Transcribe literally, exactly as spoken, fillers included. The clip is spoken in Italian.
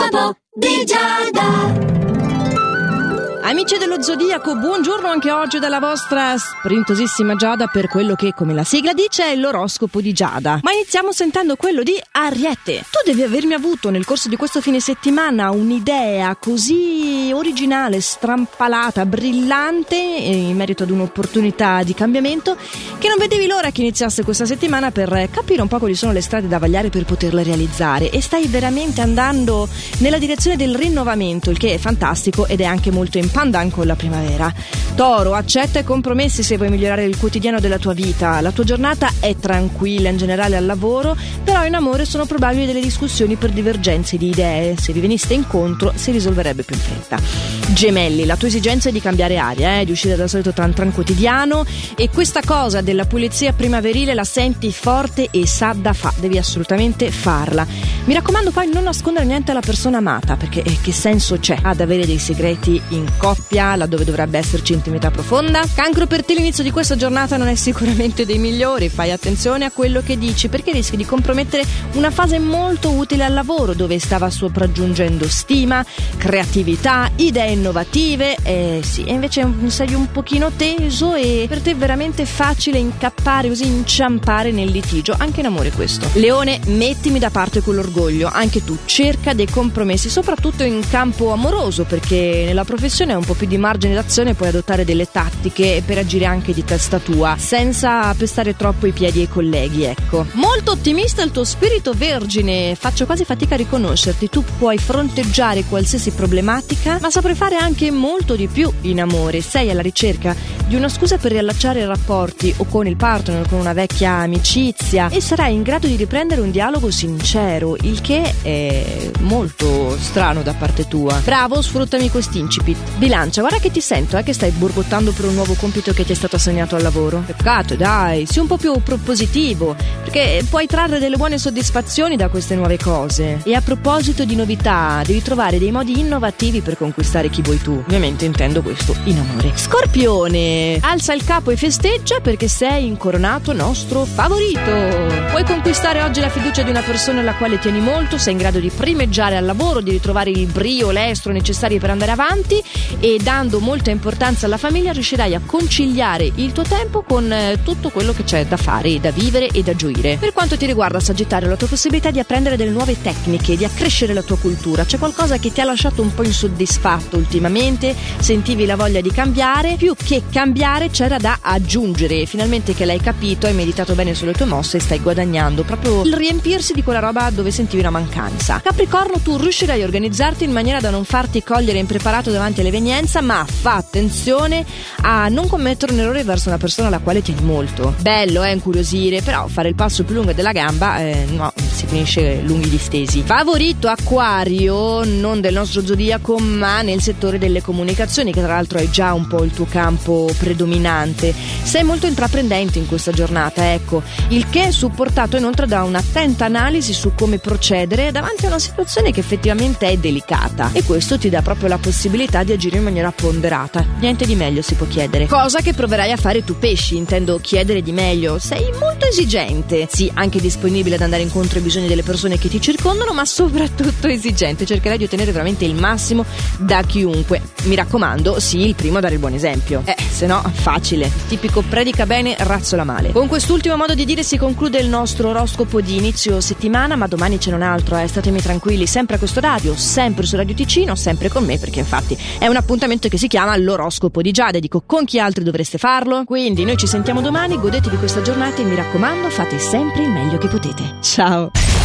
L'oroscopo di Giada. Amici dello Zodiaco, buongiorno anche oggi dalla vostra sprintosissima Giada per quello che, come la sigla dice, è l'oroscopo di Giada. Ma iniziamo sentendo quello di Ariete. Tu devi avermi avuto nel corso di questo fine settimana un'idea così originale, strampalata, brillante in merito ad un'opportunità di cambiamento che non vedevi l'ora che iniziasse questa settimana per capire un po' quali sono le strade da vagliare per poterla realizzare, e stai veramente andando nella direzione del rinnovamento, il che è fantastico ed è anche molto in pandan con la primavera. Toro, accetta i compromessi se vuoi migliorare il quotidiano della tua vita. La tua giornata è tranquilla in generale al lavoro, però in amore sono probabili delle discussioni per divergenze di idee. Se vi veniste incontro si risolverebbe più in fretta. Gemelli, la tua esigenza è di cambiare aria, eh, di uscire dal solito tran tran quotidiano, e questa cosa della pulizia primaverile la senti forte e sa da fa, devi assolutamente farla. Mi raccomando poi non nascondere niente alla persona amata, perché eh, che senso c'è ad avere dei segreti in coppia laddove dovrebbe esserci intimità profonda? Cancro, per te l'inizio di questa giornata non è sicuramente dei migliori. Fai attenzione a quello che dici, perché rischi di compromettere una fase molto utile al lavoro, dove stava sopraggiungendo stima, creatività, idee innovative. Eh sì, e invece sei un pochino teso e per te è veramente facile incappare, così inciampare nel litigio, anche in amore questo. Leone, mettimi da parte con l'orgoglio, anche tu cerca dei compromessi, soprattutto in campo amoroso, perché nella professione è un po' più di margine d'azione, puoi adottare delle tattiche per agire anche di testa tua, senza pestare troppo i piedi ai colleghi, ecco. Molto ottimista il tuo spirito, Vergine, faccio quasi fatica a riconoscerti. Tu puoi fronteggiare qualsiasi problematica, ma saprai fare anche molto di più in amore. Sei alla ricerca di una scusa per riallacciare i rapporti o con il partner o con una vecchia amicizia, e sarai in grado di riprendere un dialogo sincero, il che è molto strano da parte tua. Bravo, sfruttami quest'incipit. Bilancia, guarda che ti sento, eh, che stai borbottando per un nuovo compito che ti è stato assegnato al lavoro. Peccato, dai, sii un po' più propositivo, perché puoi trarre delle buone soddisfazioni da queste nuove cose. E a proposito di novità, devi trovare dei modi innovativi per conquistare chi vuoi tu. Ovviamente intendo questo in amore. Scorpione, alza il capo e festeggia, perché sei incoronato nostro favorito. Puoi conquistare oggi la fiducia di una persona alla quale tieni molto, sei in grado di primeggiare al lavoro, di ritrovare il brio, l'estro necessari per andare avanti, e dando molta importanza alla famiglia riuscirai a conciliare il tuo tempo con eh, tutto quello che c'è da fare, da vivere e da gioire. Per quanto ti riguarda, Sagittario, la tua possibilità di apprendere delle nuove tecniche, di accrescere la tua cultura. C'è qualcosa che ti ha lasciato un po' insoddisfatto ultimamente, sentivi la voglia di cambiare, più che cambiare c'era da aggiungere, e finalmente che l'hai capito, hai meditato bene sulle tue mosse e stai guadagnando proprio il riempirsi di quella roba dove sentivi una mancanza. Capricorno, tu riuscirai a organizzarti in maniera da non farti cogliere impreparato davanti all'evenienza, ma fa attenzione a non commettere un errore verso una persona alla quale tieni molto. Bello, eh, incuriosire, però fare il passo più lungo della gamba, eh, no, si finisce lunghi distesi. Favorito, Acquario, non del nostro zodiaco, ma nel settore delle comunicazioni, che tra l'altro è già un po' il tuo campo predominante. Sei molto intraprendente in questa giornata, ecco, il che è supportato inoltre da un'attenta analisi su come procedere davanti a una situazione che effettivamente è delicata, e questo ti dà proprio la possibilità di agire in maniera ponderata. Niente di meglio si può chiedere, cosa che proverai a fare tu pesci, intendo chiedere di meglio. Sei molto esigente, sì, anche disponibile ad andare incontro ai bisogni delle persone che ti circondano, ma soprattutto esigente. Cercherai di ottenere veramente il massimo da chiunque. Mi raccomando, sii il primo a dare il buon esempio, eh, se no facile, il tipico predica bene, razzola male. Con quest'ultimo modo di dire si conclude il nostro oroscopo di inizio settimana, ma domani ce n'è un altro, eh. Statemi tranquilli, sempre a questo radio, sempre su Radio Ticino, sempre con me, perché infatti è un appuntamento che si chiama l'oroscopo di Giada. Dico, con chi altri dovreste farlo? Quindi noi ci sentiamo domani, godetevi questa giornata e mi raccomando, fate sempre il meglio che potete. Ciao!